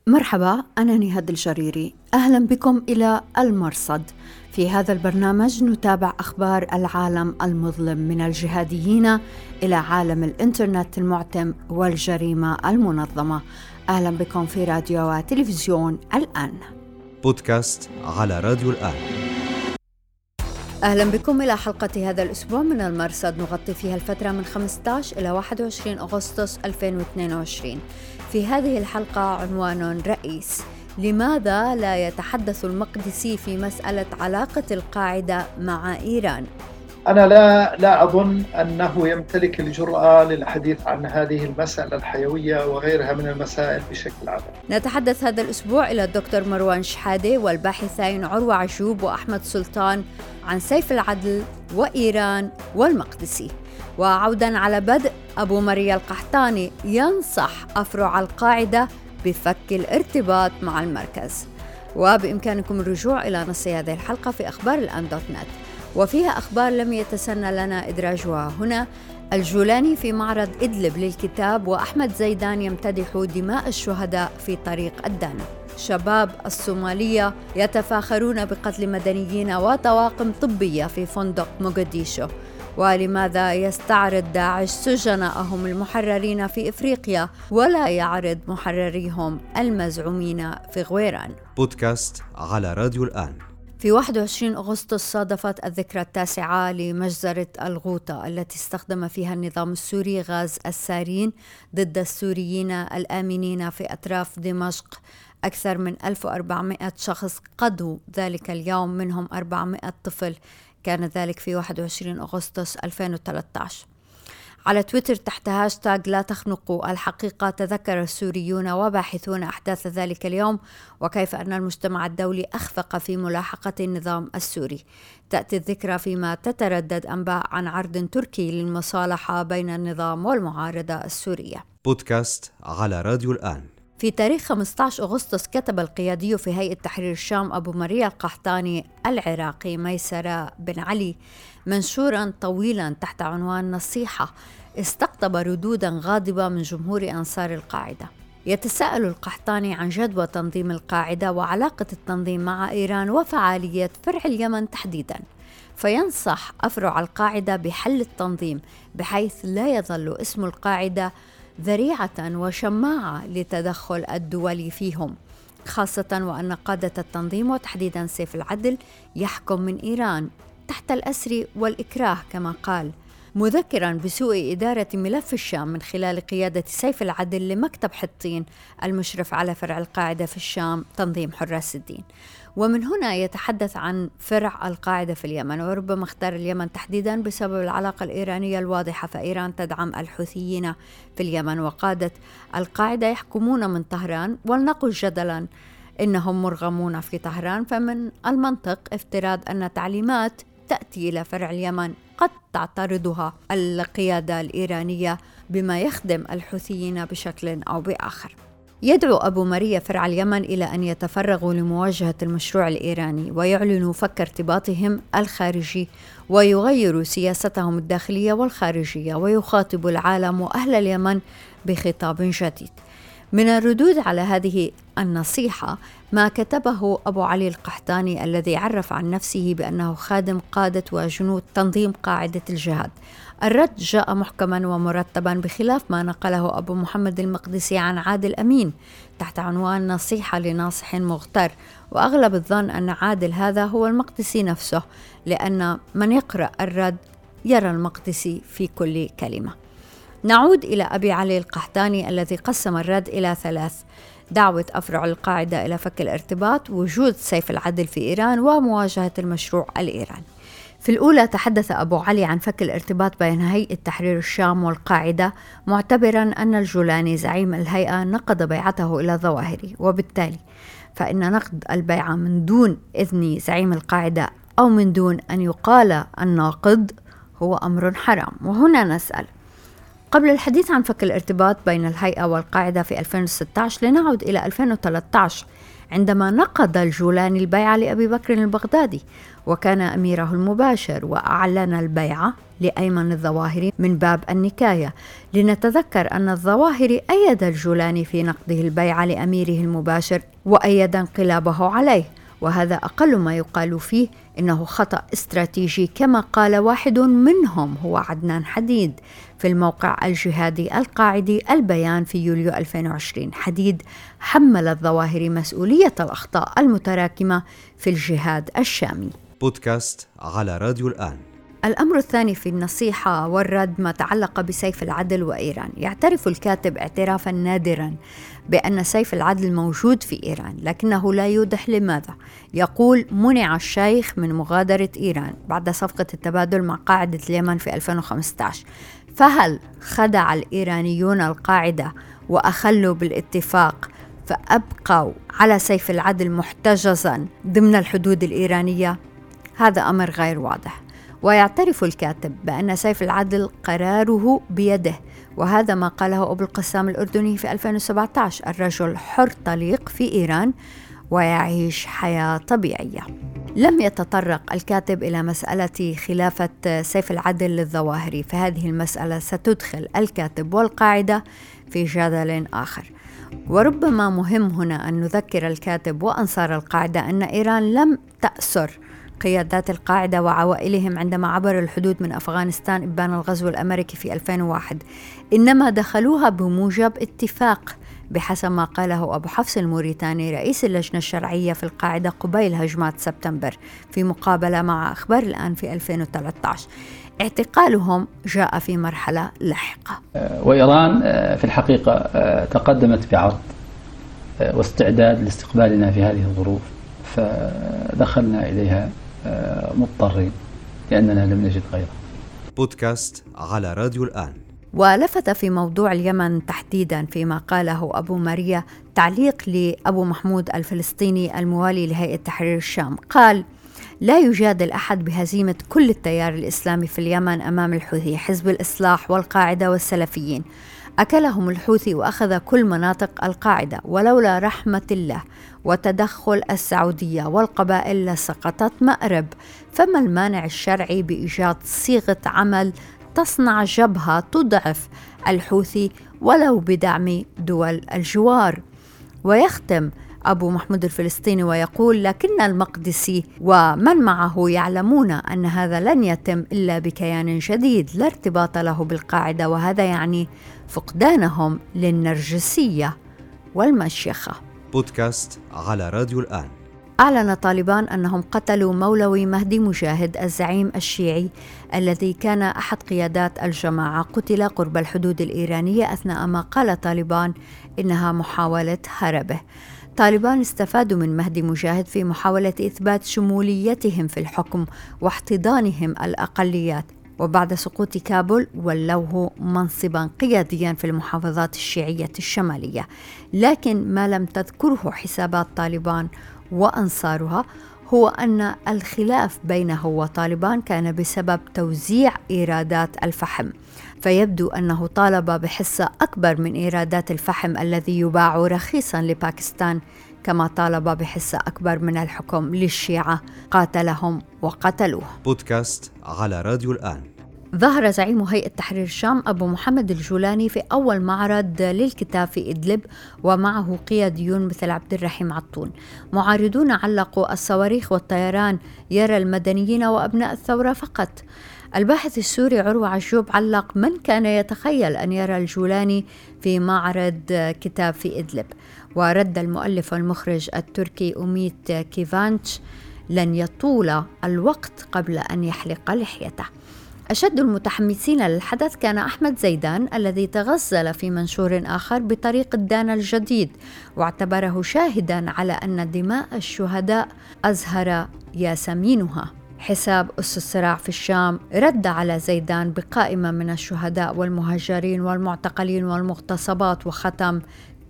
مرحبا، أنا نهاد الجريري. أهلا بكم إلى المرصد. في هذا البرنامج نتابع أخبار العالم المظلم من الجهاديين إلى عالم الإنترنت المعتم والجريمة المنظمة. أهلا بكم في راديو وتلفزيون الآن. بودكاست على راديو الآن. أهلا بكم إلى حلقة هذا الأسبوع من المرصد، نغطي فيها الفترة من 15 إلى 21 أغسطس 2022. في هذه الحلقة عنوان رئيس: لماذا لا يتحدث المقدسي في مسألة علاقة القاعدة مع إيران؟ أنا لا أظن أنه يمتلك الجرأة للحديث عن هذه المسألة الحيوية وغيرها من المسائل بشكل عام. نتحدث هذا الأسبوع إلى الدكتور مروان شحادة والباحثين عروة عجوب وأحمد سلطان عن سيف العدل وإيران والمقدسي. وعودا على بدء، أبو مريا القحطاني ينصح أفرع القاعدة بفك الارتباط مع المركز. وبإمكانكم الرجوع إلى نص هذه الحلقة في أخبار الآن دوت نت، وفيها أخبار لم يتسنى لنا إدراجها هنا. الجولاني في معرض إدلب للكتاب، وأحمد زيدان يمتدح دماء الشهداء في طريق الدانا. شباب الصومالية يتفاخرون بقتل مدنيين وطواقم طبية في فندق موغاديشو. ولماذا يستعرض داعش سجنائهم المحررين في إفريقيا ولا يعرض محرريهم المزعومين في غويران؟ بودكاست على راديو الآن. في 21 أغسطس صادفت الذكرى 9 لمجزرة الغوطة التي استخدم فيها النظام السوري غاز السارين ضد السوريين الآمنين في أطراف دمشق. أكثر من 1400 شخص قضوا ذلك اليوم، منهم 400 طفل. كان ذلك في 21 أغسطس 2013. على تويتر تحت هاشتاغ لا تخنقوا الحقيقة، تذكر السوريون وباحثون أحداث ذلك اليوم وكيف أن المجتمع الدولي أخفق في ملاحقة النظام السوري. تأتي الذكرى فيما تتردد أنباء عن عرض تركي للمصالحة بين النظام والمعارضة السورية. بودكاست على راديو الآن. في تاريخ 15 أغسطس كتب القيادي في هيئة تحرير الشام أبو مريا القحطاني العراقي ميسرة بن علي منشورا طويلا تحت عنوان نصيحة، استقطب ردودا غاضبة من جمهور أنصار القاعدة. يتساءل القحطاني عن جدوى تنظيم القاعدة وعلاقة التنظيم مع إيران وفعالية فرع اليمن تحديدا، فينصح أفرع القاعدة بحل التنظيم بحيث لا يظل اسم القاعدة ذريعة وشماعة لتدخل الدول فيهم، خاصة وأن قادة التنظيم وتحديدا سيف العدل يحكم من إيران تحت الأسر والإكراه كما قال، مذكرا بسوء إدارة ملف الشام من خلال قيادة سيف العدل لمكتب حطين المشرف على فرع القاعدة في الشام تنظيم حراس الدين. ومن هنا يتحدث عن فرع القاعدة في اليمن، وربما اختار اليمن تحديدا بسبب العلاقة الإيرانية الواضحة، فإيران تدعم الحوثيين في اليمن وقادة القاعدة يحكمون من طهران، ولنقل جدلا إنهم مرغمون في طهران، فمن المنطق افتراض أن تعليمات تأتي إلى فرع اليمن قد تعترضها القيادة الإيرانية بما يخدم الحوثيين بشكل أو بآخر. يدعو أبو مريا فرع اليمن إلى أن يتفرغوا لمواجهة المشروع الإيراني ويعلنوا فك ارتباطهم الخارجي ويغيروا سياستهم الداخلية والخارجية، ويخاطب العالم وأهل اليمن بخطاب جديد. من الردود على هذه النصيحة ما كتبه أبو علي القحطاني الذي عرف عن نفسه بأنه خادم قادة وجنود تنظيم قاعدة الجهاد. الرد جاء محكما ومرتبا بخلاف ما نقله أبو محمد المقدسي عن عادل أمين تحت عنوان نصيحة لناصح مغتر، وأغلب الظن أن عادل هذا هو المقدسي نفسه، لأن من يقرأ الرد يرى المقدسي في كل كلمة. نعود إلى أبي علي القحطاني الذي قسم الرد إلى 3: دعوة أفرع القاعدة إلى فك الارتباط، وجود سيف العدل في إيران، ومواجهة المشروع الإيراني. في الأولى تحدث أبو علي عن فك الارتباط بين هيئة تحرير الشام والقاعدة، معتبرا أن الجولاني زعيم الهيئة نقض بيعته إلى ظواهره، وبالتالي فإن نقض البيعة من دون إذن زعيم القاعدة أو من دون أن يقال الناقض هو أمر حرام. وهنا نسأل: قبل الحديث عن فك الارتباط بين الهيئة والقاعدة في 2016 لنعود إلى 2013 عندما نقض الجولاني البيعة لأبي بكر البغدادي وكان أميره المباشر، وأعلن البيعة لأيمن الظواهري من باب النكاية. لنتذكر أن الظواهري أيد الجولاني في نقضه البيعة لأميره المباشر وأيد انقلابه عليه، وهذا أقل ما يقال فيه إنه خطأ استراتيجي، كما قال واحد منهم هو عدنان حديد في الموقع الجهادي القاعدي البيان في يوليو 2020. حديد حمل الظواهري مسؤولية الأخطاء المتراكمة في الجهاد الشامي. بودكاست على راديو الآن. الأمر الثاني في النصيحة والرد ما تعلق بسيف العدل وإيران. يعترف الكاتب اعترافا نادرا بأن سيف العدل موجود في إيران، لكنه لا يوضح لماذا. يقول: منع الشيخ من مغادرة إيران بعد صفقة التبادل مع قاعدة اليمن في 2015. فهل خدع الإيرانيون القاعدة وأخلوا بالاتفاق فأبقوا على سيف العدل محتجزا ضمن الحدود الإيرانية؟ هذا أمر غير واضح. ويعترف الكاتب بأن سيف العدل قراره بيده، وهذا ما قاله أبو القسام الأردني في 2017: الرجل حر طليق في إيران ويعيش حياة طبيعية. لم يتطرق الكاتب إلى مسألة خلافة سيف العدل للظواهري، فهذه المسألة ستدخل الكاتب والقاعدة في جدل آخر. وربما مهم هنا أن نذكر الكاتب وأنصار القاعدة أن إيران لم تأسر قيادات القاعدة وعوائلهم عندما عبروا الحدود من أفغانستان إبان الغزو الأمريكي في 2001، إنما دخلوها بموجب اتفاق، بحسب ما قاله أبو حفص الموريتاني رئيس اللجنة الشرعية في القاعدة قبيل هجمات سبتمبر في مقابلة مع أخبار الآن في 2013. اعتقالهم جاء في مرحلة لاحقة. وإيران في الحقيقة تقدمت بعرض واستعداد لاستقبالنا في هذه الظروف، فدخلنا إليها مضطرين لأننا لم نجد غيره. بودكاست على راديو الآن. ولفت في موضوع اليمن تحديدا فيما قاله أبو ماريا تعليق لأبو محمود الفلسطيني الموالي لهيئة تحرير الشام. قال: لا يجادل أحد بهزيمة كل التيار الإسلامي في اليمن أمام الحوثي، حزب الإصلاح والقاعدة والسلفيين. أكلهم الحوثي وأخذ كل مناطق القاعدة، ولولا رحمة الله وتدخل السعودية والقبائل لسقطت مأرب. فما المانع الشرعي بإيجاد صيغة عمل تصنع جبهة تضعف الحوثي ولو بدعم دول الجوار؟ ويختم أبو محمود الفلسطيني ويقول: لكن المقدسي ومن معه يعلمون أن هذا لن يتم إلا بكيان جديد لا ارتباط له بالقاعدة، وهذا يعني فقدانهم للنرجسية والمشيخة. بودكاست على راديو الآن. أعلن طالبان أنهم قتلوا مولوي مهدي مجاهد الزعيم الشيعي الذي كان أحد قيادات الجماعة، قتل قرب الحدود الإيرانية أثناء ما قال طالبان إنها محاولة هربه. طالبان استفادوا من مهدي مجاهد في محاولة إثبات شموليتهم في الحكم واحتضانهم الأقليات، وبعد سقوط كابول ولوه منصبا قياديا في المحافظات الشيعية الشمالية. لكن ما لم تذكره حسابات طالبان وأنصارها هو أن الخلاف بينه وطالبان كان بسبب توزيع إيرادات الفحم، فيبدو أنه طالب بحصة أكبر من إيرادات الفحم الذي يباع رخيصا لباكستان، كما طالب بحصة أكبر من الحكم للشيعة قاتلهم وقتلوه. بودكاست على راديو الآن. ظهر زعيم هيئة تحرير الشام أبو محمد الجولاني في أول معرض للكتاب في إدلب، ومعه قياديون مثل عبد الرحيم عطون. معارضون علقوا: الصواريخ والطيران يرى المدنيين وأبناء الثورة فقط. الباحث السوري عروة عجوب علق: من كان يتخيل أن يرى الجولاني في معرض كتاب في إدلب؟ ورد المؤلف والمخرج التركي أميت كيفانش: لن يطول الوقت قبل أن يحلق لحيته. أشد المتحمسين للحدث كان أحمد زيدان الذي تغزل في منشور آخر بطريق الدان الجديد، واعتبره شاهدا على أن دماء الشهداء أزهر ياسمينها. حساب أس الصراع في الشام رد على زيدان بقائمة من الشهداء والمهاجرين والمعتقلين والمغتصبات، وختم: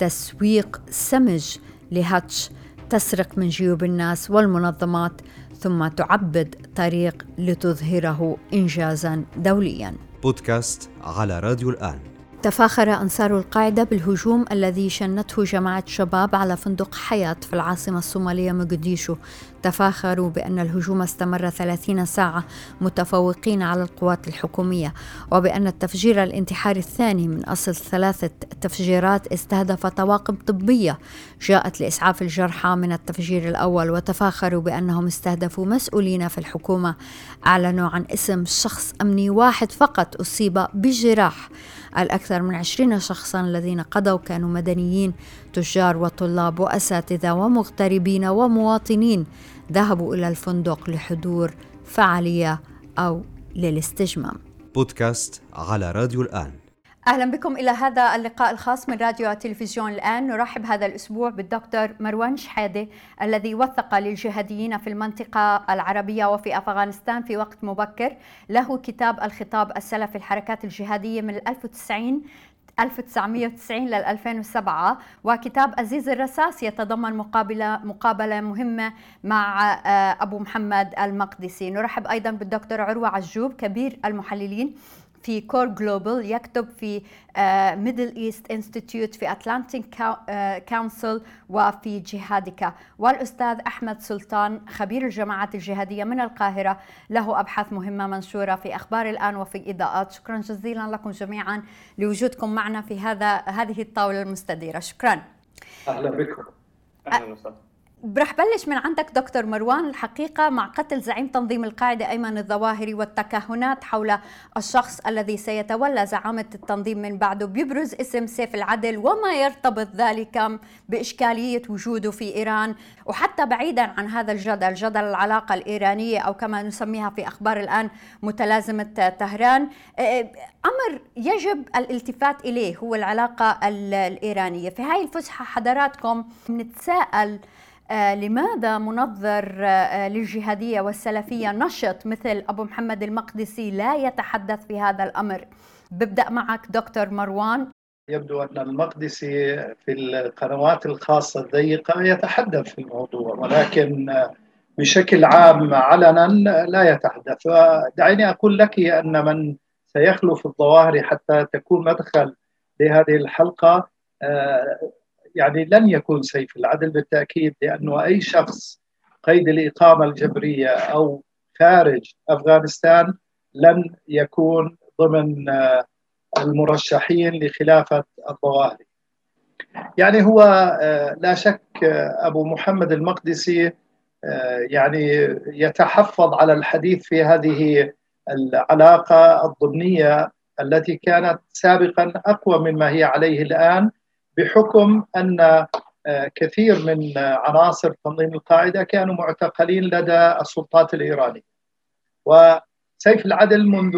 تسويق سمج لهاتش تسرق من جيوب الناس والمنظمات ثم تعبد طريق لتظهره إنجازا دوليا. بودكاست على راديو الآن. تفاخر أنصار القاعدة بالهجوم الذي شنته جماعة شباب على فندق حياة في العاصمة الصومالية مقديشو. تفاخروا بأن الهجوم استمر 30 ساعة متفوقين على القوات الحكومية، وبأن التفجير الانتحاري الثاني من أصل 3 تفجيرات استهدف طواقم طبية جاءت لإسعاف الجرحى من التفجير الأول. وتفاخروا بأنهم استهدفوا مسؤولين في الحكومة. أعلنوا عن اسم شخص أمني واحد فقط أصيب بالجراح. الأكثر من 20 شخصاً الذين قضوا كانوا مدنيين، تجار وطلاب وأساتذة ومغتربين ومواطنين ذهبوا إلى الفندق لحضور فعالية أو للاستجمام. بودكاست على راديو الآن. أهلا بكم إلى هذا اللقاء الخاص من راديو وتلفزيون الآن. نرحب هذا الأسبوع بالدكتور مروان شحادة الذي وثق للجهاديين في المنطقة العربية وفي أفغانستان في وقت مبكر. له كتاب الخطاب السلفي الحركات الجهادية من 1990 لل 2007، وكتاب عزيز الرصاص يتضمن مقابلة مهمة مع أبو محمد المقدسي. نرحب أيضا بالدكتور عروة عجوب كبير المحللين في كور جلوبال، يكتب في ميدل إيست انستيتيوت في أتلانتيك كونسل وفي جهادك، والأستاذ أحمد سلطان خبير الجماعات الجهادية من القاهرة، له أبحاث مهمة منشورة في أخبار الآن وفي إضاءات. شكرا جزيلا لكم جميعا لوجودكم معنا في هذه الطاولة المستديرة. شكرا. أهلا بكم. أهلا وسهلا. برح بلش من عندك دكتور مروان. الحقيقة مع قتل زعيم تنظيم القاعدة أيمن الظواهري والتكهنات حول الشخص الذي سيتولى زعامة التنظيم من بعده، بيبرز اسم سيف العدل وما يرتبط ذلك بإشكالية وجوده في إيران. وحتى بعيدا عن هذا جدل العلاقة الإيرانية أو كما نسميها في أخبار الآن متلازمة طهران، أمر يجب الالتفات إليه هو العلاقة الإيرانية. في هاي الفسحة حضراتكم نتساءل لماذا منظر للجهادية والسلفية نشط مثل أبو محمد المقدسي لا يتحدث في هذا الأمر؟ ببدأ معك دكتور مروان. يبدو أن المقدسي في القنوات الخاصة الضيقة يتحدث في الموضوع، ولكن بشكل عام علنا لا يتحدث. دعيني أقول لك أن من سيخلف الظواهر حتى تكون مدخل لهذه الحلقة يعني لن يكون سيف العدل بالتأكيد، لأنه أي شخص قيد الإقامة الجبرية أو خارج أفغانستان لن يكون ضمن المرشحين لخلافة الظواهري. يعني هو لا شك أبو محمد المقدسي يعني يتحفظ على الحديث في هذه العلاقة الضمنية التي كانت سابقا أقوى مما هي عليه الآن، بحكم أن كثير من عناصر تنظيم القاعدة كانوا معتقلين لدى السلطات الإيرانية. وسيف العدل منذ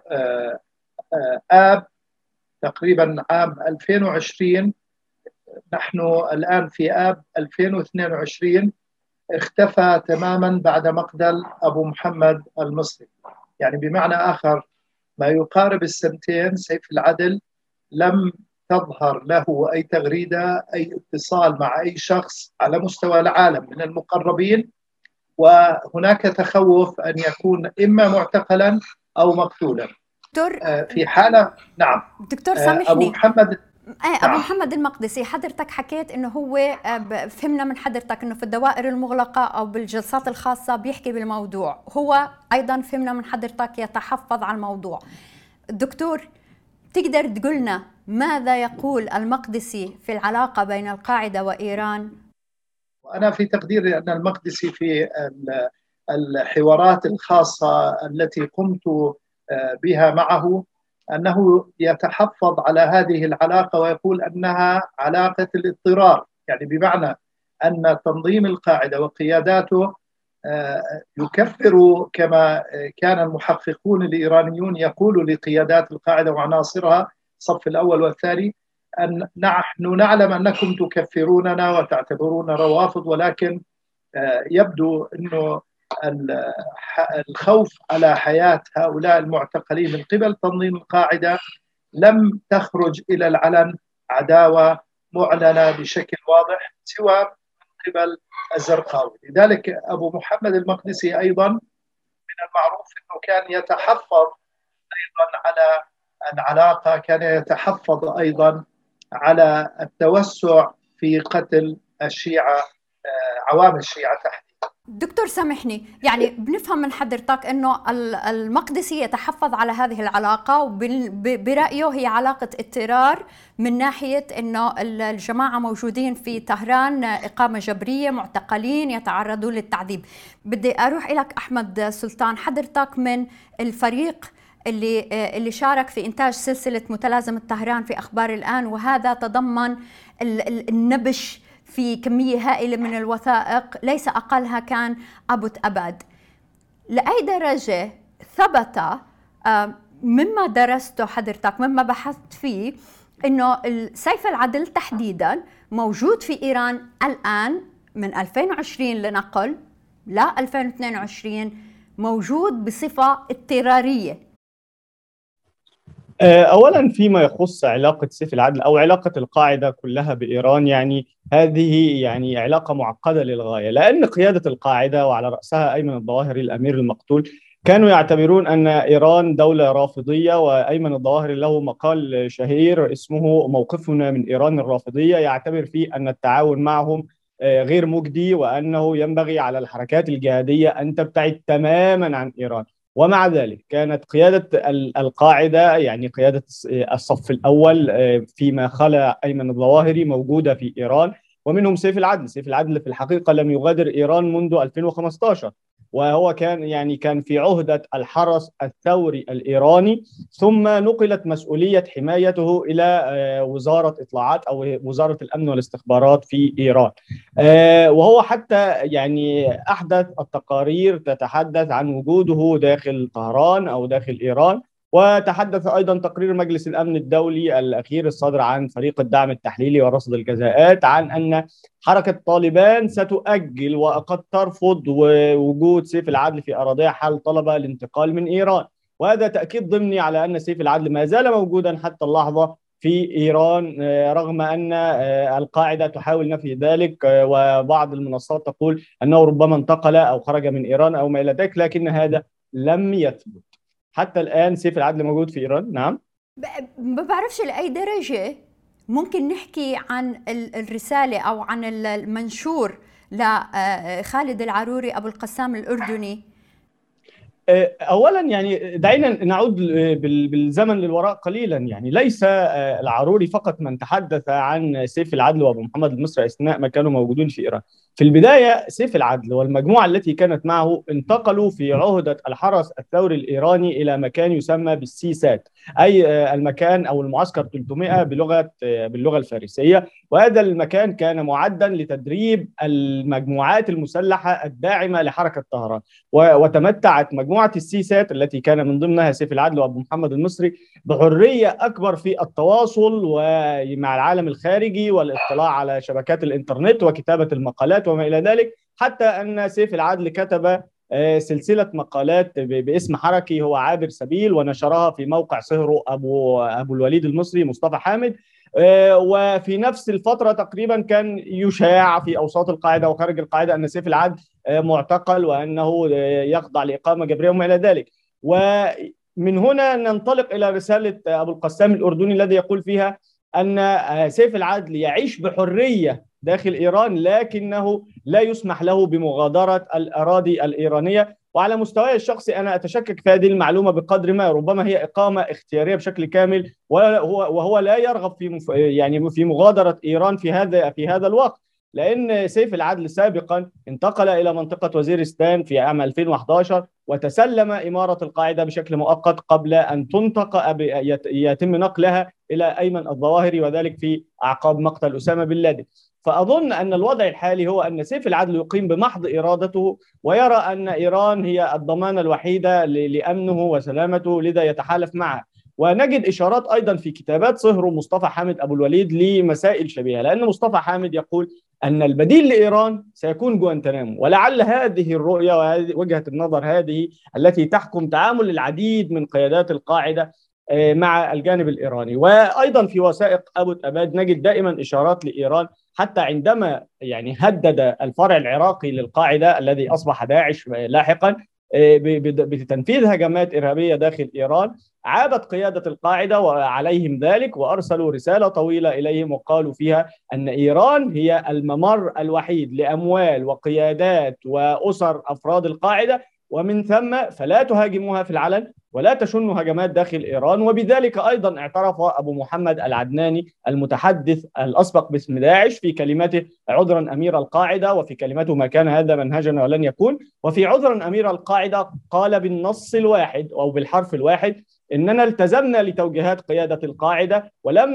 آب تقريبا عام 2020، نحن الآن في آب 2022، اختفى تماما بعد مقتل أبو محمد المصري. يعني بمعنى آخر ما يقارب السنتين سيف العدل لم تظهر له أي تغريدة، أي اتصال مع أي شخص على مستوى العالم من المقربين، وهناك تخوف أن يكون إما معتقلا أو مقتولا. دكتور في حالة نعم دكتور سامحني، أبو محمد أبو محمد المقدسي حضرتك حكيت إنه هو فهمنا من حضرتك إنه في الدوائر المغلقة أو بالجلسات الخاصة بيحكي بالموضوع، هو أيضا فهمنا من حضرتك يتحفظ على الموضوع. دكتور تقدر تقولنا ماذا يقول المقدسي في العلاقة بين القاعدة وإيران؟ وأنا في تقديري أن المقدسي في الحوارات الخاصة التي قمت بها معه أنه يتحفظ على هذه العلاقة ويقول أنها علاقة الاضطرار، يعني بمعنى أن تنظيم القاعدة وقياداته يكفر كما كان المحققون الإيرانيون يقولوا لقيادات القاعدة وعناصرها الصف الأول والثاني أن نحن نعلم أنكم تكفروننا وتعتبرون روافض، ولكن يبدو أنه الخوف على حياة هؤلاء المعتقلين من قبل تنظيم القاعدة لم تخرج إلى العلن عداوة معلنة بشكل واضح سوى من قبل الزرقاوي. لذلك أبو محمد المقدسي أيضا من المعروف أنه كان يتحفظ أيضا على العلاقة كان يتحفظ أيضا على التوسع في قتل الشيعة، عوام الشيعة تحديدا. دكتور سامحني، يعني بنفهم من حضرتك انه المقدسي يتحفظ على هذه العلاقة، وبرأيه هي علاقة اضطرار من ناحية انه الجماعة موجودين في طهران إقامة جبرية، معتقلين يتعرضون للتعذيب. بدي اروح لك احمد سلطان، حضرتك من الفريق اللي شارك في إنتاج سلسلة متلازمة طهران في أخبار الآن، وهذا تضمن النبش في كمية هائلة من الوثائق ليس أقلها كان أبو أبد. لأي درجة ثبت مما درسته حضرتك، مما بحثت فيه، إنه سيف العدل تحديدا موجود في إيران الآن من 2020 لنقل لا 2022، موجود بصفة اضطرارية؟ أولا فيما يخص علاقة سيف العدل أو علاقة القاعدة كلها بإيران، يعني هذه يعني علاقة معقدة للغاية، لأن قيادة القاعدة وعلى رأسها أيمن الظواهري الأمير المقتول كانوا يعتبرون أن إيران دولة رافضية. وأيمن الظواهري له مقال شهير اسمه موقفنا من إيران الرافضية، يعتبر فيه أن التعاون معهم غير مجدي، وأنه ينبغي على الحركات الجهادية أن تبتعد تماما عن إيران. ومع ذلك كانت قيادة القاعدة، يعني قيادة الصف الأول فيما خلا أيمن الظواهري، موجودة في إيران، ومنهم سيف العدل. سيف العدل في الحقيقة لم يغادر إيران منذ 2015، وهو كان في عهدة الحرس الثوري الإيراني، ثم نقلت مسؤولية حمايته إلى وزارة إطلاعات أو وزارة الأمن والاستخبارات في إيران. وهو حتى يعني أحدث التقارير تتحدث عن وجوده داخل طهران أو داخل إيران. وتحدث أيضا تقرير مجلس الأمن الدولي الأخير الصادر عن فريق الدعم التحليلي ورصد الجزاءات عن أن حركة طالبان ستؤجل وقد ترفض وجود سيف العدل في أراضيها حال طلب الانتقال من إيران. وهذا تأكيد ضمني على أن سيف العدل ما زال موجودا حتى اللحظة في إيران، رغم أن القاعدة تحاول نفي ذلك، وبعض المنصات تقول أنه ربما انتقل أو خرج من إيران أو ما إلى ذلك، لكن هذا لم يثبت. حتى الآن سيف العدل موجود في إيران. نعم، ما بعرفش لأي درجة ممكن نحكي عن الرسالة أو عن المنشور لخالد العروري أبو القسام الأردني. اولا يعني دعينا نعود بالزمن للوراء قليلا. يعني ليس العروري فقط من تحدث عن سيف العدل وابو محمد المصري اثناء ما كانوا موجودين في ايران. في البدايه سيف العدل والمجموعه التي كانت معه انتقلوا في عهده الحرس الثوري الايراني الى مكان يسمى بالسيسات، اي المكان او المعسكر 300 باللغه الفارسيه. وهذا المكان كان معدا لتدريب المجموعات المسلحه الداعمه لحركه طهران. وتمتعت مجموعة السيسات التي كان من ضمنها سيف العدل وأبو محمد المصري بحرية أكبر في التواصل ومع العالم الخارجي والاطلاع على شبكات الإنترنت وكتابة المقالات وما إلى ذلك، حتى أن سيف العدل كتب سلسلة مقالات باسم حركي هو عابر سبيل، ونشرها في موقع صهره أبو الوليد المصري مصطفى حامد. وفي نفس الفترة تقريبا كان يشاع في أوساط القاعدة وخارج القاعدة أن سيف العدل معتقل وأنه يخضع لإقامة جبرية وما إلى ذلك. ومن هنا ننطلق إلى رسالة أبو القسام الأردني الذي يقول فيها أن سيف العدل يعيش بحرية داخل إيران، لكنه لا يسمح له بمغادرة الأراضي الإيرانية. وعلى مستواي الشخصي أنا أتشكك في هذه المعلومة بقدر ما ربما هي إقامة اختيارية بشكل كامل، وهو لا يرغب في مغادرة إيران في هذا الوقت، لأن سيف العدل سابقا انتقل إلى منطقة وزيرستان في عام 2011 وتسلم إمارة القاعدة بشكل مؤقت قبل أن يتم نقلها إلى أيمن الظواهري، وذلك في أعقاب مقتل أسامة بن لادن. فأظن أن الوضع الحالي هو أن سيف العدل يقيم بمحض إرادته ويرى أن إيران هي الضمانة الوحيدة لأمنه وسلامته، لذا يتحالف معها. ونجد إشارات أيضا في كتابات صهره مصطفى حامد أبو الوليد لمسائل شبيهة، لأن مصطفى حامد يقول أن البديل لإيران سيكون جوانتنامو، ولعل هذه الرؤية وهذه وجهة النظر هذه التي تحكم تعامل العديد من قيادات القاعدة مع الجانب الإيراني. وأيضا في وثائق أبو أباد نجد دائما إشارات لإيران، حتى عندما يعني هدد الفرع العراقي للقاعدة الذي أصبح داعش لاحقا بتنفيذ هجمات إرهابية داخل إيران. عابت قيادة القاعدة وعليهم ذلك، وأرسلوا رسالة طويلة إليهم وقالوا فيها أن إيران هي الممر الوحيد لأموال وقيادات وأسر أفراد القاعدة، ومن ثم فلا تهاجموها في العلن ولا تشنوا هجمات داخل إيران. وبذلك أيضا اعترف أبو محمد العدناني المتحدث الأسبق باسم داعش في كلمته عذرا أمير القاعدة، وفي كلمته ما كان هذا منهجنا ولن يكون، وفي عذرا أمير القاعدة قال بالنص الواحد أو بالحرف الواحد إننا التزمنا لتوجيهات قيادة القاعدة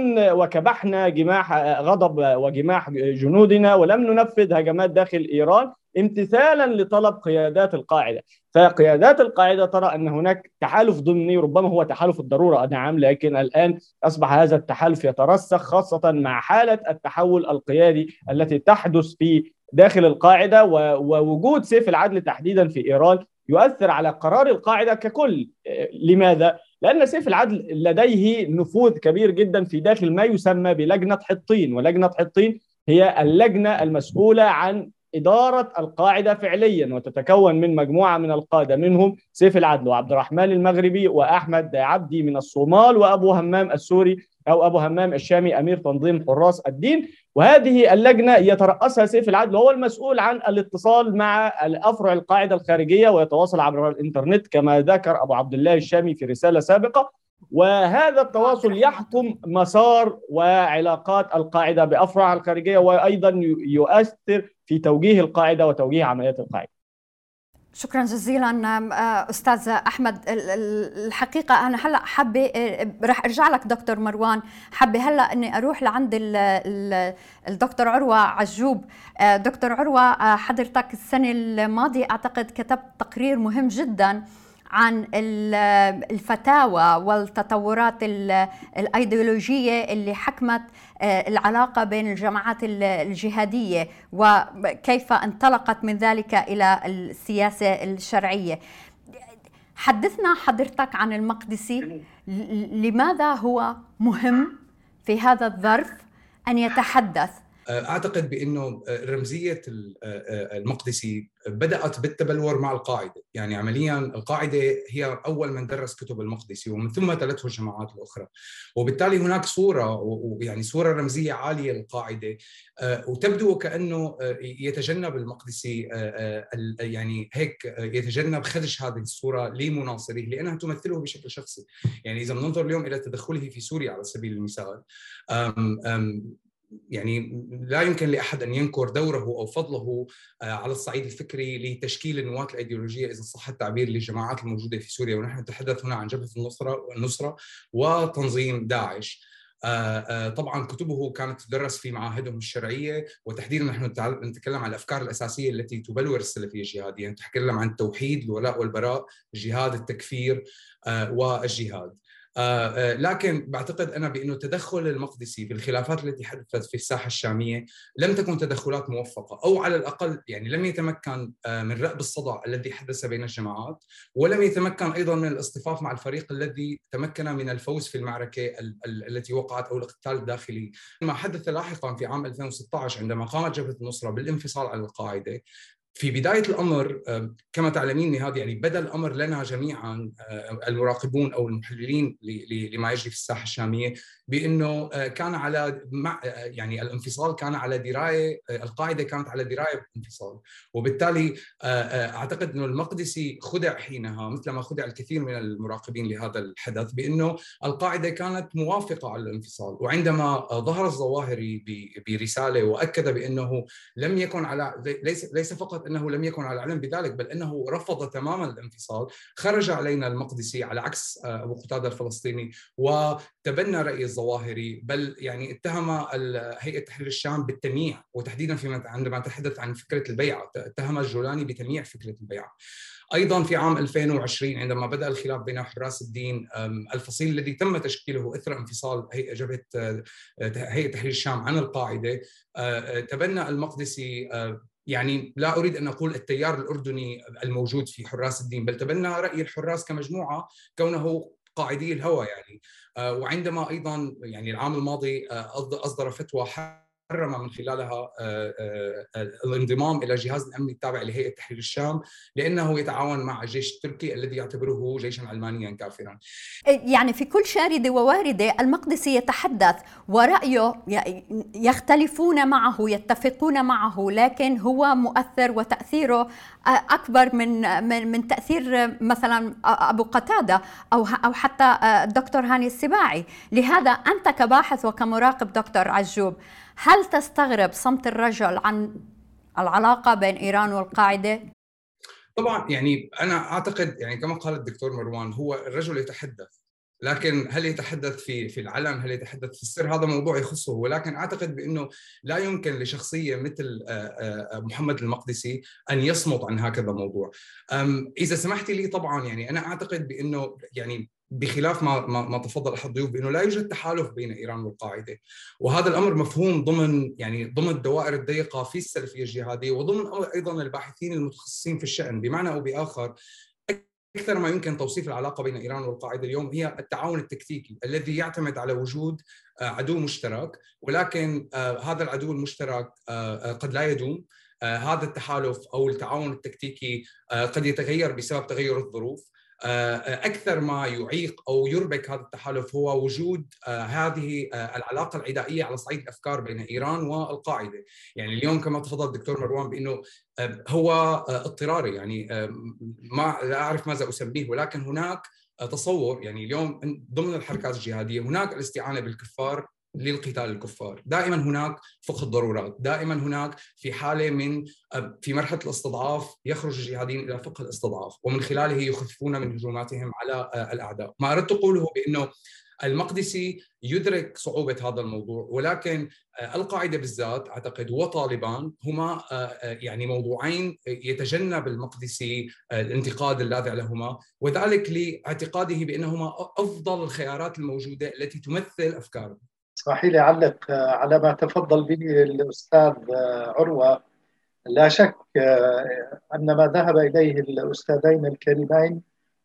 وكبحنا جماح غضب وجماح جنودنا ولم ننفذ هجمات داخل إيران امتثالا لطلب قيادات القاعدة. فقيادات القاعدة ترى أن هناك تحالف ضمني، ربما هو تحالف الضرورة نعم، لكن الآن أصبح هذا التحالف يترسخ، خاصة مع حالة التحول القيادي التي تحدث في داخل القاعدة، ووجود سيف العدل تحديدا في إيران يؤثر على قرار القاعدة ككل. لماذا؟ لأن سيف العدل لديه نفوذ كبير جدا في داخل ما يسمى بلجنة حطين، ولجنة حطين هي اللجنة المسؤولة عن إدارة القاعدة فعليا، وتتكون من مجموعة من القادة، منهم سيف العدل وعبد الرحمن المغربي وأحمد عبدي من الصومال وأبو همام السوري أو أبو همام الشامي أمير تنظيم حراس الدين. وهذه اللجنة يترأسها سيف العدل، وهو المسؤول عن الاتصال مع أفرع القاعدة الخارجية ويتواصل عبر الإنترنت كما ذكر أبو عبد الله الشامي في رسالة سابقة. وهذا التواصل يحكم مسار وعلاقات القاعدة بأفرع الخارجية، وأيضا يؤثر في توجيه القاعدة وتوجيه عمليات القاعدة. شكرا جزيلا أستاذ أحمد. الحقيقة أنا هلأ حابة رح أرجع لك دكتور مروان، حابة هلأ أني أروح لعند الدكتور عروة عجوب. دكتور عروة، حضرتك السنة الماضية أعتقد كتبت تقرير مهم جدا عن الفتاوى والتطورات الأيديولوجية اللي حكمت العلاقة بين الجماعات الجهادية وكيف انطلقت من ذلك إلى السياسة الشرعية. حدثنا حضرتك عن المقدسي، لماذا هو مهم في هذا الظرف أن يتحدث؟ أعتقد بأنه رمزية المقدسي بدأت بالتبلور مع القاعدة، يعني عملياً القاعدة هي أول من درس كتب المقدسي ومن ثم تلته الجماعات الأخرى، وبالتالي هناك صورة يعني صورة رمزية عالية للقاعدة، وتبدو كأنه يتجنب المقدسي يعني هيك يتجنب خدش هذه الصورة لمناصره لأنها تمثله بشكل شخصي. يعني إذا بننظر اليوم إلى تدخله في سوريا على سبيل المثال، يعني لا يمكن لأحد أن ينكر دوره أو فضله على الصعيد الفكري لتشكيل النواة الأيديولوجية إذا صح التعبير للجماعات الموجودة في سوريا، ونحن نتحدث هنا عن جبهة النصرة وتنظيم داعش. طبعا كتبه كانت تدرس في معاهدهم الشرعية، وتحديدا نحن نتكلم عن الأفكار الأساسية التي تبلور السلفية الجهادية، نتكلم عن التوحيد، الولاء والبراء، الجهاد، التكفير والجهاد. لكن بعتقد أنا بأنه تدخل المقدسي في الخلافات التي حدثت في الساحة الشامية لم تكن تدخلات موفقة، أو على الأقل يعني لم يتمكن من رأب الصدع الذي حدث بين الجماعات، ولم يتمكن أيضا من الاصطفاف مع الفريق الذي تمكن من الفوز في المعركة التي وقعت أو الاقتتال الداخلي. ما حدث لاحقا في عام 2016 عندما قامت جبهة النصرة بالانفصال عن القاعدة، في بداية الأمر كما تعلمين نهاد، يعني بدأ الأمر لنا جميعا المراقبون أو المحللين لما يجري في الساحة الشامية بأنه كان على يعني الانفصال كان على دراية، القاعدة كانت على دراية بالانفصال، وبالتالي أعتقد أنه المقدسي خدع حينها مثل ما خدع الكثير من المراقبين لهذا الحدث بأنه القاعدة كانت موافقة على الانفصال. وعندما ظهر الظواهري برسالة وأكد بأنه لم يكن على ليس فقط أنه لم يكن على علم بذلك بل أنه رفض تماما الانفصال، خرج علينا المقدسي على عكس أبو قتادة الفلسطيني وتبنى رأي الظواهري، بل يعني اتهم هيئة تحرير الشام بالتمييع، وتحديدا عندما تحدث عن فكرة البيعة اتهم الجولاني بتمييع فكرة البيعة. أيضا في عام 2020 عندما بدأ الخلاف بين حراس الدين، الفصيل الذي تم تشكيله إثر انفصال جبهة هيئة تحرير الشام عن القاعدة، تبنى المقدسي يعني لا أريد أن أقول التيار الأردني الموجود في حراس الدين، بل تبنى رأي الحراس كمجموعة كونه قاعدي الهوى يعني. وعندما أيضا يعني العام الماضي أصدر فتوى حرم من خلالها الانضمام إلى جهاز الأمن التابع لهيئة تحرير الشام، لأنه يتعاون مع الجيش التركي الذي يعتبره جيشا علمانيا كافرا. يعني في كل شاردة وواردة المقدسي يتحدث ورأيه يختلفون معه يتفقون معه، لكن هو مؤثر وتأثيره أكبر من تأثير مثلا أبو قتادة أو حتى الدكتور هاني السباعي. لهذا أنت كباحث وكمراقب دكتور عجوب، هل تستغرب صمت الرجل عن العلاقة بين إيران والقاعدة؟ طبعا يعني أنا أعتقد يعني كما قال الدكتور مروان، هو الرجل يتحدث، لكن هل يتحدث في العلن، هل يتحدث في السر، هذا موضوع يخصه. ولكن أعتقد بأنه لا يمكن لشخصية مثل محمد المقدسي أن يصمت عن هكذا موضوع. إذا سمحتي لي، طبعا يعني أنا أعتقد بأنه يعني بخلاف ما تفضل أحد الضيوف بأنه لا يوجد تحالف بين إيران والقاعدة، وهذا الأمر مفهوم ضمن الدوائر الضيقة في السلفية الجهادية وضمن أيضا الباحثين المتخصصين في الشأن. بمعنى أو بآخر، أكثر ما يمكن توصيف العلاقة بين إيران والقاعدة اليوم هي التعاون التكتيكي الذي يعتمد على وجود عدو مشترك، ولكن هذا العدو المشترك قد لا يدوم. هذا التحالف أو التعاون التكتيكي قد يتغير بسبب تغير الظروف. أكثر ما يعيق أو يربك هذا التحالف هو وجود هذه العلاقة العدائية على صعيد الأفكار بين إيران والقاعدة. يعني اليوم كما تفضل الدكتور مروان بأنه هو اضطراري، يعني لا أعرف ماذا أسميه، ولكن هناك تصور يعني اليوم ضمن الحركات الجهادية هناك الاستعانة بالكفار للقتال الكفار. دائما هناك فقه الضرورات، دائما هناك في حالة من في مرحلة الاستضعاف يخرج الجهاديين إلى فقه الاستضعاف، ومن خلاله يخففون من هجوماتهم على الأعداء. ما أردت أقوله بأنه المقدسي يدرك صعوبة هذا الموضوع، ولكن القاعدة بالذات أعتقد وطالبان هما يعني موضوعين يتجنب المقدسي الانتقاد اللاذع لهما، وذلك لاعتقاده بأنهما أفضل الخيارات الموجودة التي تمثل أفكاره. اسمحي لي أعلق على ما تفضل به الأستاذ عروة. لا شك أن ما ذهب إليه الأستاذين الكريمين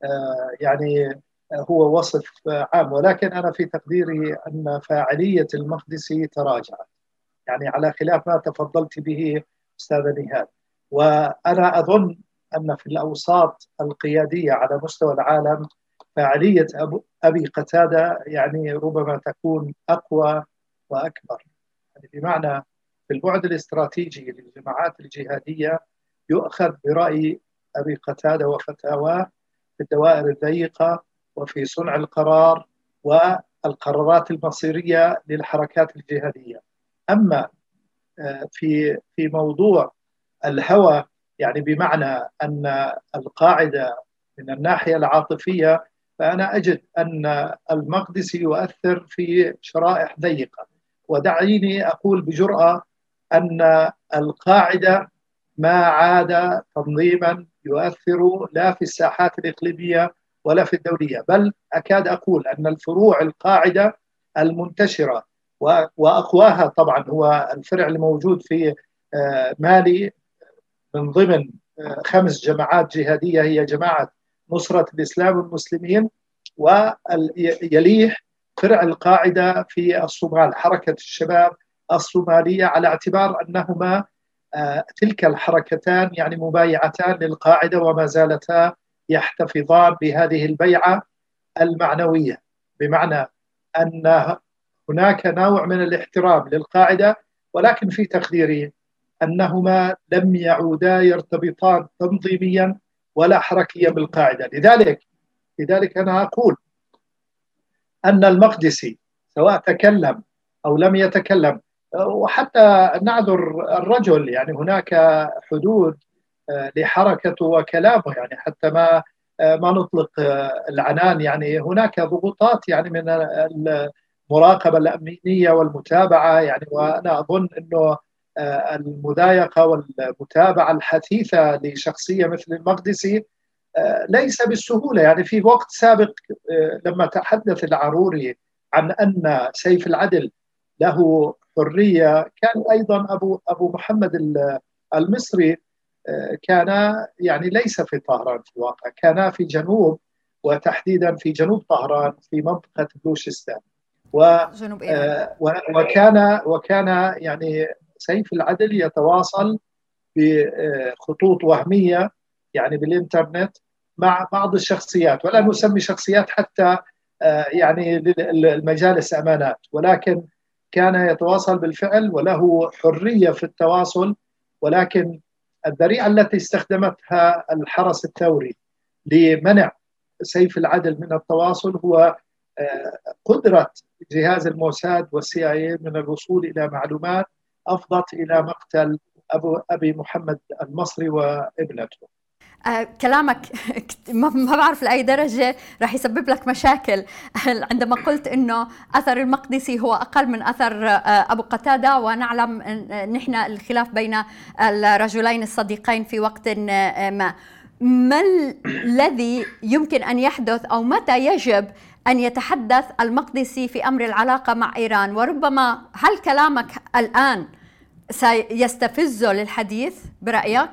يعني هو وصف عام، ولكن أنا في تقديري أن فاعلية المقدسي تراجعت، يعني على خلاف ما تفضلت به أستاذة نهاد. وأنا أظن أن في الأوساط القيادية على مستوى العالم فاعلية أبي قتادة يعني ربما تكون أقوى وأكبر، يعني بمعنى في البعد الاستراتيجي للجماعات الجهادية يؤخذ برأي أبي قتادة وفتاواه في الدوائر الضيقة وفي صنع القرار والقرارات المصيرية للحركات الجهادية. أما في موضوع الهوى، يعني بمعنى أن القاعدة من الناحية العاطفية، فأنا أجد أن المقدسي يؤثر في شرائح ضيقة. ودعيني أقول بجرأة أن القاعدة ما عاد تنظيما يؤثر لا في الساحات الإقليمية ولا في الدولية، بل أكاد أقول أن الفروع القاعدة المنتشرة وأقواها طبعا هو الفرع الموجود في مالي من ضمن 5 جماعات جهادية، هي جماعة نصرة الإسلام والمسلمين، ويليه فرع القاعدة في الصومال حركة الشباب الصومالية، على اعتبار أنهما تلك الحركتان يعني مبايعتان للقاعدة وما زالتا يحتفظان بهذه البيعة المعنوية، بمعنى أن هناك نوع من الاحترام للقاعدة، ولكن في تقديري أنهما لم يعودا يرتبطان تنظيميا ولا حركيا بالقاعدة. لذلك أنا أقول أن المقدسي سواء تكلم أو لم يتكلم، وحتى نعذر الرجل، يعني هناك حدود لحركته وكلامه، يعني حتى ما نطلق العنان، يعني هناك ضغوطات يعني من المراقبة الأمنية والمتابعة، يعني وأنا أظن أنه المضايقة والمتابعة الحثيثة لشخصية مثل المقدسي ليس بالسهولة. يعني في وقت سابق لما تحدث العروري عن أن سيف العدل له حرية، كان أيضا أبو محمد المصري كان يعني ليس في طهران في الواقع، كان في جنوب، وتحديدا في جنوب طهران في منطقة بلوشستان. جنوب إيران. وكان يعني سيف العدل يتواصل بخطوط وهمية يعني بالإنترنت مع بعض الشخصيات، ولا نسمي شخصيات حتى يعني المجالس أمانات، ولكن كان يتواصل بالفعل وله حرية في التواصل. ولكن الذريعة التي استخدمتها الحرس الثوري لمنع سيف العدل من التواصل هو قدرة جهاز الموساد والCIA من الوصول إلى معلومات أفضت إلى مقتل أبي محمد المصري وابنته. كلامك ما بعرف لأي درجة رح يسبب لك مشاكل عندما قلت إنه أثر المقدسي هو أقل من أثر أبو قتادة، ونعلم نحن الخلاف بين الرجلين الصديقين في وقت ما الذي يمكن أن يحدث أو متى يجب أن يتحدث المقدسي في أمر العلاقة مع إيران؟ وربما هل كلامك الآن سيستفزه للحديث برأيك؟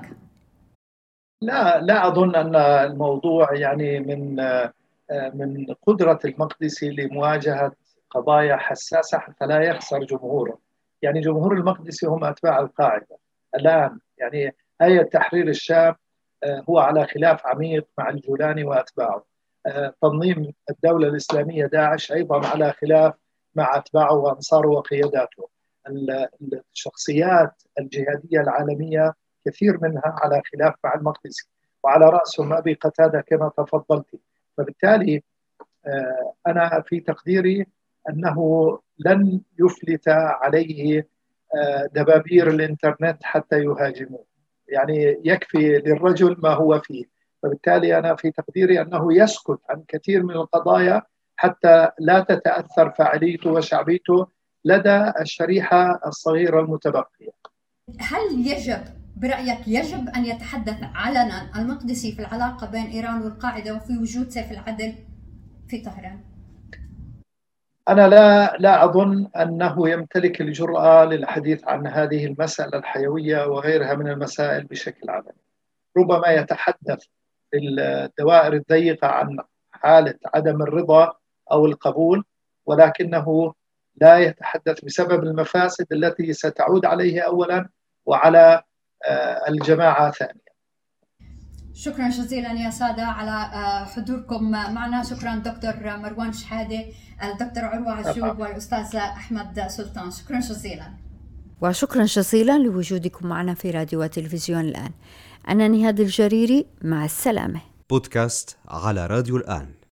لا أظن أن الموضوع يعني من قدرة المقدسي لمواجهة قضايا حساسة حتى لا يخسر جمهوره. يعني جمهور المقدسي هم أتباع القاعدة الآن. يعني هيئة تحرير الشام هو على خلاف عميق مع الجولاني وأتباعه. تنظيم الدولة الإسلامية داعش أيضا على خلاف مع أتباعه وأنصاره وقياداته. الشخصيات الجهادية العالمية كثير منها على خلاف مع المقدسي، وعلى رأسهم أبي قتادة كما تفضلت. فبالتالي أنا في تقديري أنه لن يفلت عليه دبابير الإنترنت حتى يهاجموه. يعني يكفي للرجل ما هو فيه. فبالتالي أنا في تقديري أنه يسكت عن كثير من القضايا حتى لا تتأثر فاعليته وشعبيته لدى الشريحة الصغيرة المتبقية. هل يجب أن يتحدث علنا المقدسي في العلاقة بين إيران والقاعدة وفي وجود سيف العدل في طهران؟ أنا لا أظن أنه يمتلك الجرأة للحديث عن هذه المسألة الحيوية وغيرها من المسائل بشكل علني. ربما يتحدث في الدوائر الضيقة عن حالة عدم الرضا أو القبول، ولكنه لا يتحدث بسبب المفاسد التي ستعود عليه أولا وعلى الجماعة ثانيا. شكرا جزيلا يا سادة على حضوركم معنا. شكرا دكتور مروان شحادة، الدكتور عروة عجوب، والأستاذ أحمد سلطان. شكرا جزيلا. وشكرا جزيلا لوجودكم معنا في راديو وتلفزيون الآن. أنا نهاد الجريري، مع السلامة. بودكاست على راديو الآن.